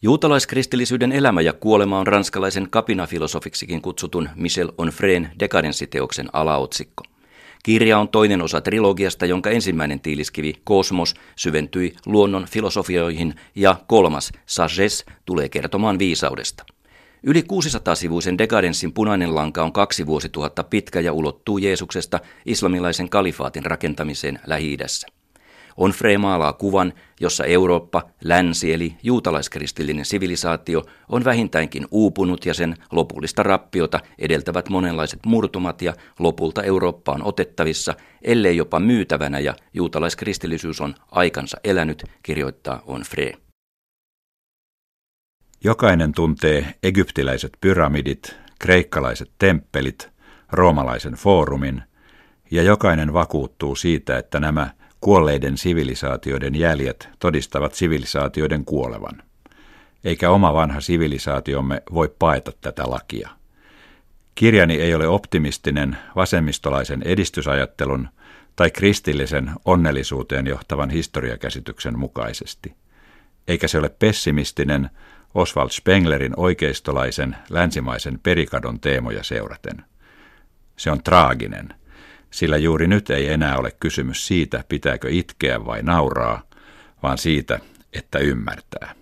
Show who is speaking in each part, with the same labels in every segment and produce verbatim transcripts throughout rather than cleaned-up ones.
Speaker 1: Juutalaiskristillisyyden elämä ja kuolema on ranskalaisen kapinafilosofiksikin kutsutun Michel Onfrén dekadenssiteoksen alaotsikko. Kirja on toinen osa trilogiasta, jonka ensimmäinen tiiliskivi Kosmos syventyi luonnon filosofioihin ja kolmas Sagesse tulee kertomaan viisaudesta. Yli kuusisataa-sivuisen dekadenssin punainen lanka on kaksi vuosituhatta pitkä ja ulottuu Jeesuksesta islamilaisen kalifaatin rakentamiseen Lähi-idässä. Onfré maalaa kuvan, jossa Eurooppa, länsi eli juutalaiskristillinen sivilisaatio on vähintäänkin uupunut ja sen lopullista rappiota edeltävät monenlaiset murtumat ja lopulta Eurooppa on otettavissa, ellei jopa myytävänä ja juutalaiskristillisyys on aikansa elänyt, kirjoittaa Onfré.
Speaker 2: Jokainen tuntee egyptiläiset pyramidit, kreikkalaiset temppelit, roomalaisen foorumin ja jokainen vakuuttuu siitä, että nämä kuolleiden sivilisaatioiden jäljet todistavat sivilisaatioiden kuolevan. Eikä oma vanha sivilisaatiomme voi paeta tätä lakia. Kirjani ei ole optimistinen vasemmistolaisen edistysajattelun tai kristillisen onnellisuuteen johtavan historiakäsityksen mukaisesti. Eikä se ole pessimistinen Oswald Spenglerin oikeistolaisen länsimaisen perikadon teemoja seuraten. Se on traaginen. Sillä juuri nyt ei enää ole kysymys siitä, pitääkö itkeä vai nauraa, vaan siitä, että ymmärtää.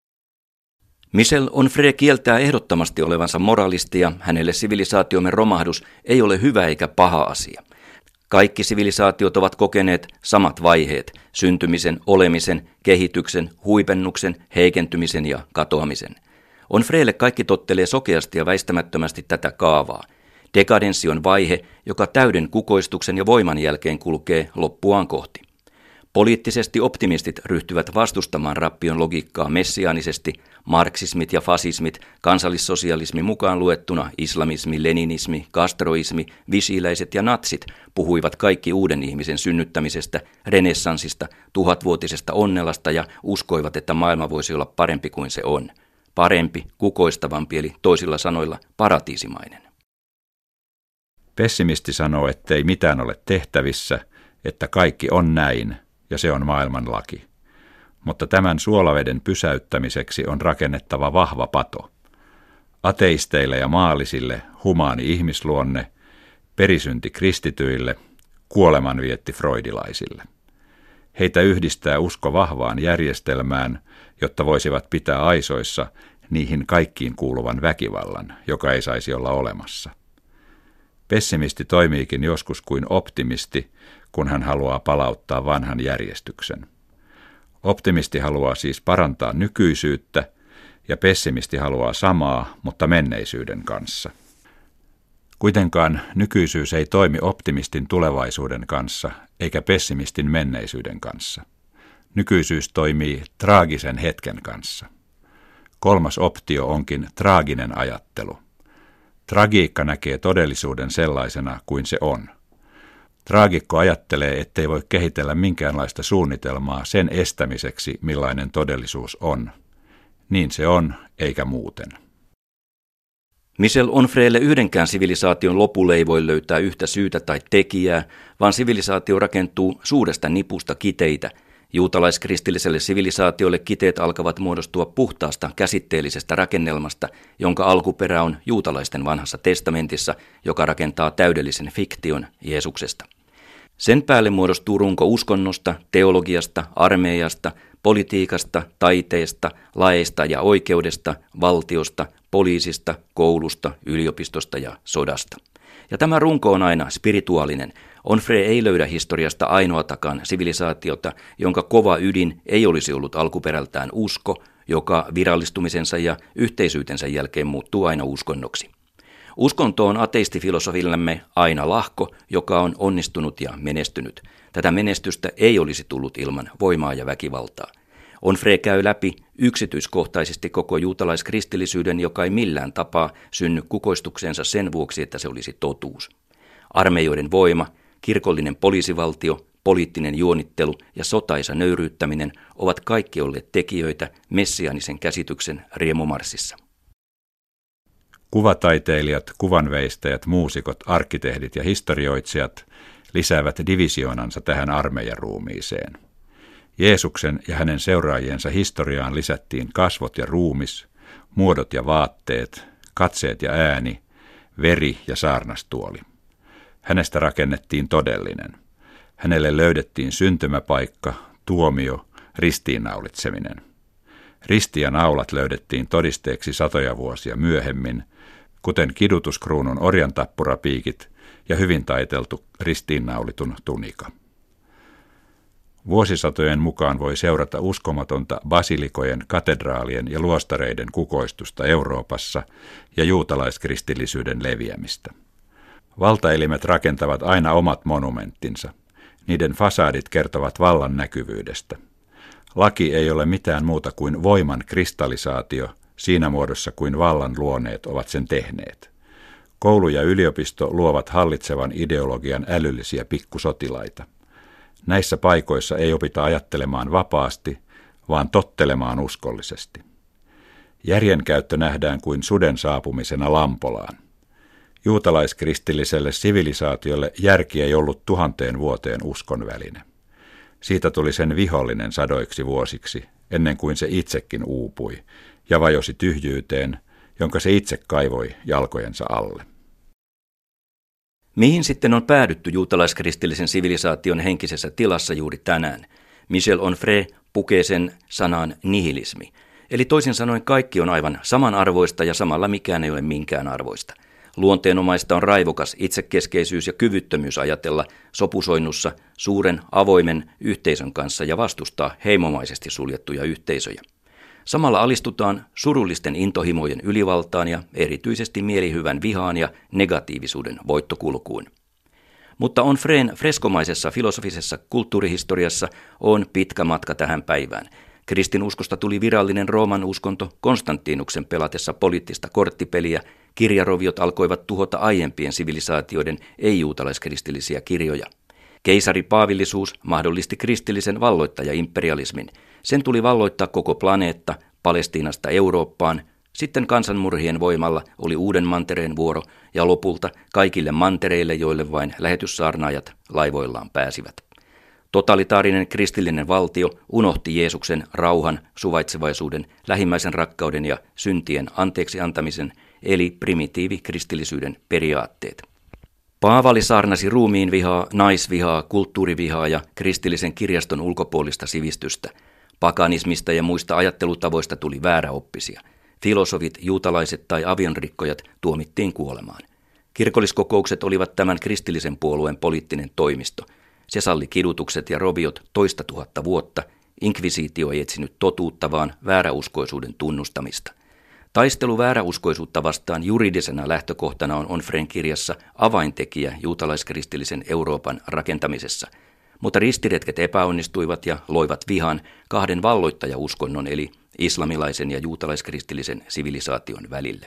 Speaker 1: Michel Onfré kieltää ehdottomasti olevansa moralisti ja hänelle sivilisaatiomme romahdus ei ole hyvä eikä paha asia. Kaikki sivilisaatiot ovat kokeneet samat vaiheet, syntymisen, olemisen, kehityksen, huipennuksen, heikentymisen ja katoamisen. Onfrélle kaikki tottelee sokeasti ja väistämättömästi tätä kaavaa. Dekadenssi on vaihe, joka täyden kukoistuksen ja voiman jälkeen kulkee loppuaan kohti. Poliittisesti optimistit ryhtyvät vastustamaan rappion logiikkaa messiaanisesti, marksismit ja fasismit, kansallissosialismi mukaan luettuna, islamismi, leninismi, kastroismi, visiläiset ja natsit puhuivat kaikki uuden ihmisen synnyttämisestä, renessanssista, tuhatvuotisesta onnelasta ja uskoivat, että maailma voisi olla parempi kuin se on. Parempi, kukoistavampi eli toisilla sanoilla paratiisimainen.
Speaker 2: Pessimisti sanoo, ettei mitään ole tehtävissä, että kaikki on näin ja se on maailman laki. Mutta tämän suolaveden pysäyttämiseksi on rakennettava vahva pato. Ateisteille ja maallisille humaani ihmisluonne, perisynti kristityille, kuolemanvietti freudilaisille. Heitä yhdistää usko vahvaan järjestelmään, jotta voisivat pitää aisoissa niihin kaikkiin kuuluvan väkivallan, joka ei saisi olla olemassa. Pessimisti toimiikin joskus kuin optimisti, kun hän haluaa palauttaa vanhan järjestyksen. Optimisti haluaa siis parantaa nykyisyyttä ja pessimisti haluaa samaa, mutta menneisyyden kanssa. Kuitenkaan nykyisyys ei toimi optimistin tulevaisuuden kanssa eikä pessimistin menneisyyden kanssa. Nykyisyys toimii traagisen hetken kanssa. Kolmas optio onkin traaginen ajattelu. Tragiikka näkee todellisuuden sellaisena kuin se on. Traagikko ajattelee, ettei voi kehitellä minkäänlaista suunnitelmaa sen estämiseksi, millainen todellisuus on. Niin se on, eikä muuten.
Speaker 1: Michel Onfrélle yhdenkään sivilisaation lopulle ei voi löytää yhtä syytä tai tekijää, vaan sivilisaatio rakentuu suuresta nipusta kiteitä. Juutalaiskristilliselle sivilisaatiolle kiteet alkavat muodostua puhtaasta käsitteellisestä rakennelmasta, jonka alkuperä on juutalaisten vanhassa testamentissa, joka rakentaa täydellisen fiktion Jeesuksesta. Sen päälle muodostuu runko uskonnosta, teologiasta, armeijasta, politiikasta, taiteesta, laeista ja oikeudesta, valtiosta, poliisista, koulusta, yliopistosta ja sodasta. Ja tämä runko on aina spirituaalinen. Onfré ei löydä historiasta ainoatakaan sivilisaatiota, jonka kova ydin ei olisi ollut alkuperältään usko, joka virallistumisensa ja yhteisyytensä jälkeen muuttuu aina uskonnoksi. Uskonto on ateistifilosofillemme aina lahko, joka on onnistunut ja menestynyt. Tätä menestystä ei olisi tullut ilman voimaa ja väkivaltaa. Onfré käy läpi yksityiskohtaisesti koko juutalaiskristillisyyden, joka ei millään tapaa synny kukoistukseensa sen vuoksi, että se olisi totuus. Armeijoiden voima, kirkollinen poliisivaltio, poliittinen juonittelu ja sotaisa nöyryyttäminen ovat kaikki olleet tekijöitä messiaanisen käsityksen riemumarssissa.
Speaker 2: Kuvataiteilijat, kuvanveistäjät, muusikot, arkkitehdit ja historioitsijat lisäävät divisioonansa tähän armeijaruumiiseen. Jeesuksen ja hänen seuraajiensa historiaan lisättiin kasvot ja ruumis, muodot ja vaatteet, katseet ja ääni, veri ja saarnastuoli. Hänestä rakennettiin todellinen. Hänelle löydettiin syntymäpaikka, tuomio, ristiinnaulitseminen. Risti ja naulat löydettiin todisteeksi satoja vuosia myöhemmin, kuten kidutuskruunun orjantappurapiikit ja hyvin taiteltu ristiinnaulitun tunika. Vuosisatojen mukaan voi seurata uskomatonta basilikojen, katedraalien ja luostareiden kukoistusta Euroopassa ja juutalaiskristillisyyden leviämistä. Valtaelimet rakentavat aina omat monumenttinsa. Niiden fasaadit kertovat vallan näkyvyydestä. Laki ei ole mitään muuta kuin voiman kristallisaatio siinä muodossa kuin vallan luoneet ovat sen tehneet. Koulu ja yliopisto luovat hallitsevan ideologian älyllisiä pikkusotilaita. Näissä paikoissa ei opita ajattelemaan vapaasti, vaan tottelemaan uskollisesti. Järjen käyttö nähdään kuin suden saapumisena lampolaan. Juutalaiskristilliselle sivilisaatiolle järki ei ollut tuhanteen vuoteen uskon väline. Siitä tuli sen vihollinen sadoiksi vuosiksi, ennen kuin se itsekin uupui ja vajosi tyhjyyteen, jonka se itse kaivoi jalkojensa alle.
Speaker 1: Mihin sitten on päädytty juutalaiskristillisen sivilisaation henkisessä tilassa juuri tänään? Michel Onfray pukee sen sanaan nihilismi. Eli toisin sanoen kaikki on aivan samanarvoista ja samalla mikään ei ole minkään arvoista. Luonteenomaista on raivokas itsekeskeisyys ja kyvyttömyys ajatella sopusoinnussa suuren avoimen yhteisön kanssa ja vastustaa heimomaisesti suljettuja yhteisöjä. Samalla alistutaan surullisten intohimojen ylivaltaan ja erityisesti mielihyvän vihaan ja negatiivisuuden voittokulkuun. Mutta Onfrayn freskomaisessa filosofisessa kulttuurihistoriassa on pitkä matka tähän päivään. Kristinuskosta tuli virallinen Rooman uskonto Konstantinuksen pelatessa poliittista korttipeliä. Kirjaroviot alkoivat tuhota aiempien sivilisaatioiden ei-juutalaiskristillisiä kirjoja. Keisaripaavillisuus mahdollisti kristillisen valloittaja-imperialismin. Sen tuli valloittaa koko planeetta Palestiinasta Eurooppaan, sitten kansanmurhien voimalla oli uuden mantereen vuoro ja lopulta kaikille mantereille, joille vain lähetyssaarnaajat laivoillaan pääsivät. Totalitaarinen kristillinen valtio unohti Jeesuksen rauhan, suvaitsevaisuuden, lähimmäisen rakkauden ja syntien anteeksi antamisen, eli primitiivi kristillisyyden periaatteet. Paavali saarnasi ruumiin vihaa, naisvihaa, kulttuurivihaa ja kristillisen kirjaston ulkopuolista sivistystä. Paganismista ja muista ajattelutavoista tuli vääräoppisia. Filosofit, juutalaiset tai avionrikkojat tuomittiin kuolemaan. Kirkolliskokoukset olivat tämän kristillisen puolueen poliittinen toimisto. Se salli kidutukset ja roviot toista tuhatta vuotta. Inkvisitio ei etsinyt totuutta, vaan vääräuskoisuuden tunnustamista. Taistelu vääräuskoisuutta vastaan juridisena lähtökohtana on Onfrayn kirjassa avaintekijä juutalaiskristillisen Euroopan rakentamisessa. Mutta ristiretket epäonnistuivat ja loivat vihan kahden valloittajauskonnon eli islamilaisen ja juutalaiskristillisen sivilisaation välille.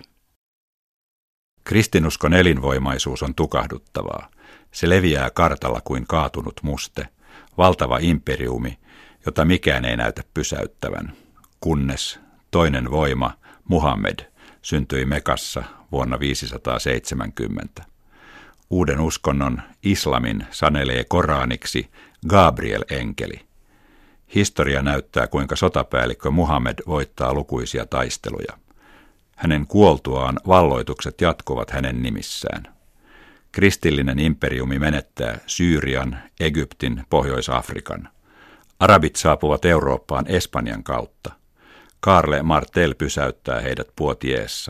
Speaker 2: Kristinuskon elinvoimaisuus on tukahduttavaa. Se leviää kartalla kuin kaatunut muste, valtava imperiumi, jota mikään ei näytä pysäyttävän, kunnes toinen voima, Muhammed, syntyi Mekassa vuonna viisisataaseitsemänkymmentä. Uuden uskonnon, islamin, sanelee Koraniksi Gabriel-enkeli. Historia näyttää, kuinka sotapäällikkö Muhammed voittaa lukuisia taisteluja. Hänen kuoltuaan valloitukset jatkuvat hänen nimissään. Kristillinen imperiumi menettää Syyrian, Egyptin, Pohjois-Afrikan. Arabit saapuvat Eurooppaan Espanjan kautta. Karle Martel pysäyttää heidät Poitiesssa.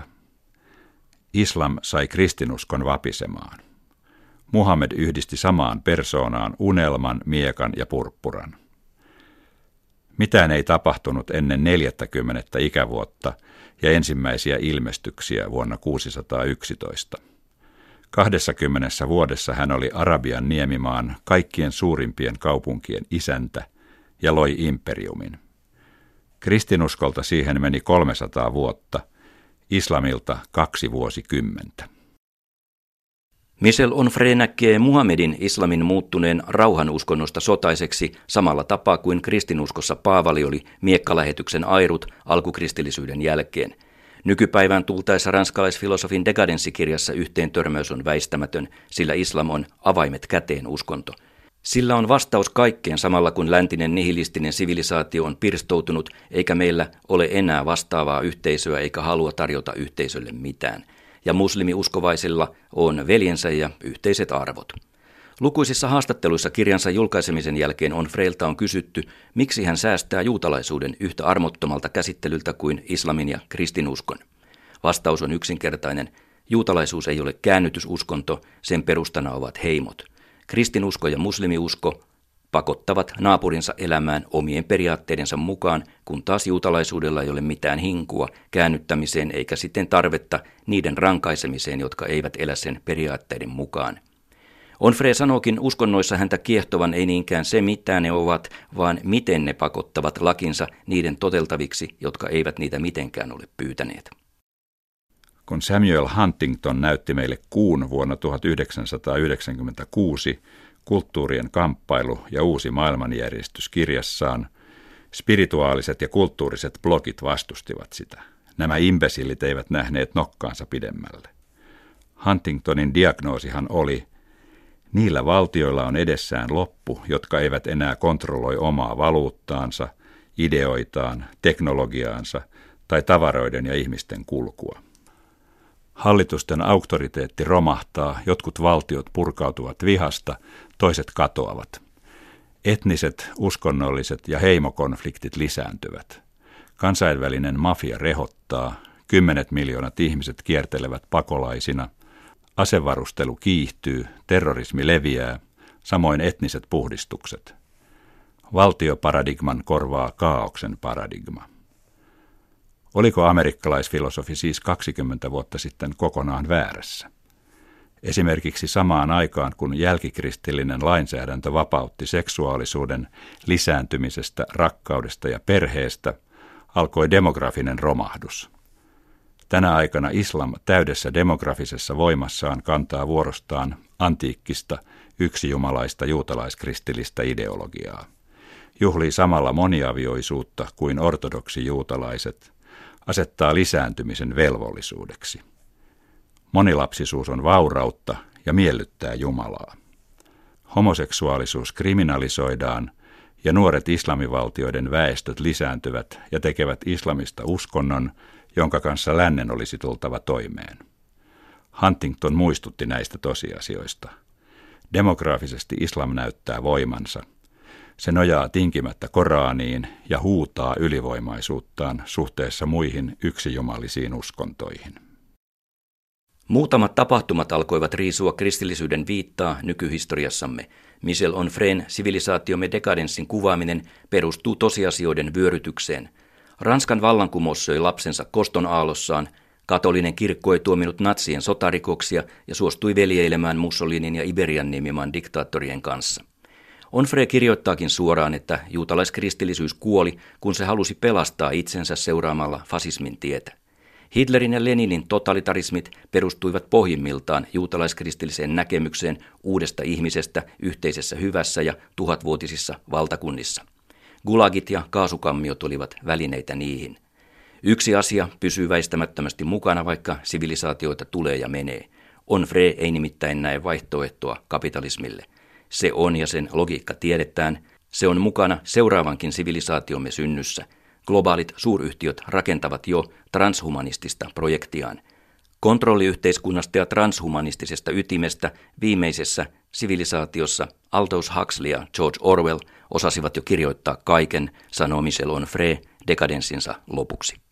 Speaker 2: Islam sai kristinuskon vapisemaan. Muhammed yhdisti samaan persoonaan unelman, miekan ja purppuran. Mitään ei tapahtunut ennen neljättäkymmenettä ikävuotta ja ensimmäisiä ilmestyksiä vuonna kuusisataayksitoista. Kahdessakymmenessä vuodessa hän oli Arabian niemimaan kaikkien suurimpien kaupunkien isäntä ja loi imperiumin. Kristinuskolta siihen meni kolmesataa vuotta, islamilta kaksi vuosikymmentä.
Speaker 1: Michel Onfray näkee Muhammedin islamin muuttuneen rauhanuskonnosta sotaiseksi samalla tapaa kuin kristinuskossa Paavali oli miekkalähetyksen airut alkukristillisyyden jälkeen. Nykypäivään tultaessa ranskalaisfilosofin Dekadenssikirjassa yhteen törmäys on väistämätön, sillä islam on avaimet käteen uskonto. Sillä on vastaus kaikkeen samalla kun läntinen nihilistinen sivilisaatio on pirstoutunut, eikä meillä ole enää vastaavaa yhteisöä eikä halua tarjota yhteisölle mitään. Ja muslimiuskovaisilla on veljensä ja yhteiset arvot. Lukuisissa haastatteluissa kirjansa julkaisemisen jälkeen Onfrailta on kysytty, miksi hän säästää juutalaisuuden yhtä armottomalta käsittelyltä kuin islamin ja kristinuskon. Vastaus on yksinkertainen. Juutalaisuus ei ole käännytysuskonto, sen perustana ovat heimot. Kristinusko ja muslimiusko pakottavat naapurinsa elämään omien periaatteidensa mukaan, kun taas juutalaisuudella ei ole mitään hinkua käännyttämiseen eikä siten tarvetta niiden rankaisemiseen, jotka eivät elä sen periaatteiden mukaan. Onfray sanookin uskonnoissa häntä kiehtovan ei niinkään se, mitä ne ovat, vaan miten ne pakottavat lakinsa niiden toteltaviksi, jotka eivät niitä mitenkään ole pyytäneet.
Speaker 2: Kun Samuel Huntington näytti meille kuun vuonna tuhatyhdeksänsataayhdeksänkymmentäkuusi Kulttuurien kamppailu ja uusi maailmanjärjestys kirjassaan, spirituaaliset ja kulttuuriset blogit vastustivat sitä. Nämä imbesillit eivät nähneet nokkaansa pidemmälle. Huntingtonin diagnoosihan oli, niillä valtioilla on edessään loppu, jotka eivät enää kontrolloi omaa valuuttaansa, ideoitaan, teknologiaansa tai tavaroiden ja ihmisten kulkua. Hallitusten auktoriteetti romahtaa, jotkut valtiot purkautuvat vihasta, toiset katoavat. Etniset, uskonnolliset ja heimokonfliktit lisääntyvät. Kansainvälinen mafia rehottaa, kymmenet miljoonat ihmiset kiertelevät pakolaisina, asevarustelu kiihtyy, terrorismi leviää, samoin etniset puhdistukset. Valtioparadigman korvaa kaaoksen paradigma. Oliko amerikkalaisfilosofi siis kaksikymmentä vuotta sitten kokonaan väärässä? Esimerkiksi samaan aikaan, kun jälkikristillinen lainsäädäntö vapautti seksuaalisuuden lisääntymisestä, rakkaudesta ja perheestä, alkoi demografinen romahdus. Tänä aikana islam täydessä demografisessa voimassaan kantaa vuorostaan antiikkista, yksijumalaista juutalaiskristillistä ideologiaa. Juhlii samalla moniavioisuutta kuin ortodoksi juutalaiset, asettaa lisääntymisen velvollisuudeksi. Monilapsisuus on vaurautta ja miellyttää Jumalaa. Homoseksuaalisuus kriminalisoidaan ja nuoret islamivaltioiden väestöt lisääntyvät ja tekevät islamista uskonnon, jonka kanssa lännen olisi tultava toimeen. Huntington muistutti näistä tosiasioista. Demograafisesti islam näyttää voimansa. Se nojaa tinkimättä Koraaniin ja huutaa ylivoimaisuuttaan suhteessa muihin yksijumalisiin uskontoihin.
Speaker 1: Muutamat tapahtumat alkoivat riisua kristillisyyden viittaa nykyhistoriassamme. Michel Onfrayn sivilisaatiomme dekadenssin kuvaaminen perustuu tosiasioiden vyörytykseen. Ranskan vallankumous söi lapsensa koston aallossaan, katolinen kirkko ei tuominut natsien sotarikoksia ja suostui veljeilemään Mussolinin ja Iberian nimimaan diktaattorien kanssa. Onfray kirjoittaakin suoraan, että juutalaiskristillisyys kuoli, kun se halusi pelastaa itsensä seuraamalla fasismin tietä. Hitlerin ja Leninin totalitarismit perustuivat pohjimmiltaan juutalaiskristilliseen näkemykseen uudesta ihmisestä yhteisessä hyvässä ja tuhatvuotisissa valtakunnissa. Gulagit ja kaasukammiot olivat välineitä niihin. Yksi asia pysyy väistämättömästi mukana, vaikka sivilisaatioita tulee ja menee. Onfray ei nimittäin näe vaihtoehtoa kapitalismille. Se on ja sen logiikka tiedetään. Se on mukana seuraavankin sivilisaatiomme synnyssä. Globaalit suuryhtiöt rakentavat jo transhumanistista projektiaan. Kontrolliyhteiskunnasta ja transhumanistisesta ytimestä viimeisessä sivilisaatiossa Aldous Huxley ja George Orwell osasivat jo kirjoittaa kaiken, sanoo Michel Onfray dekadenssinsa lopuksi.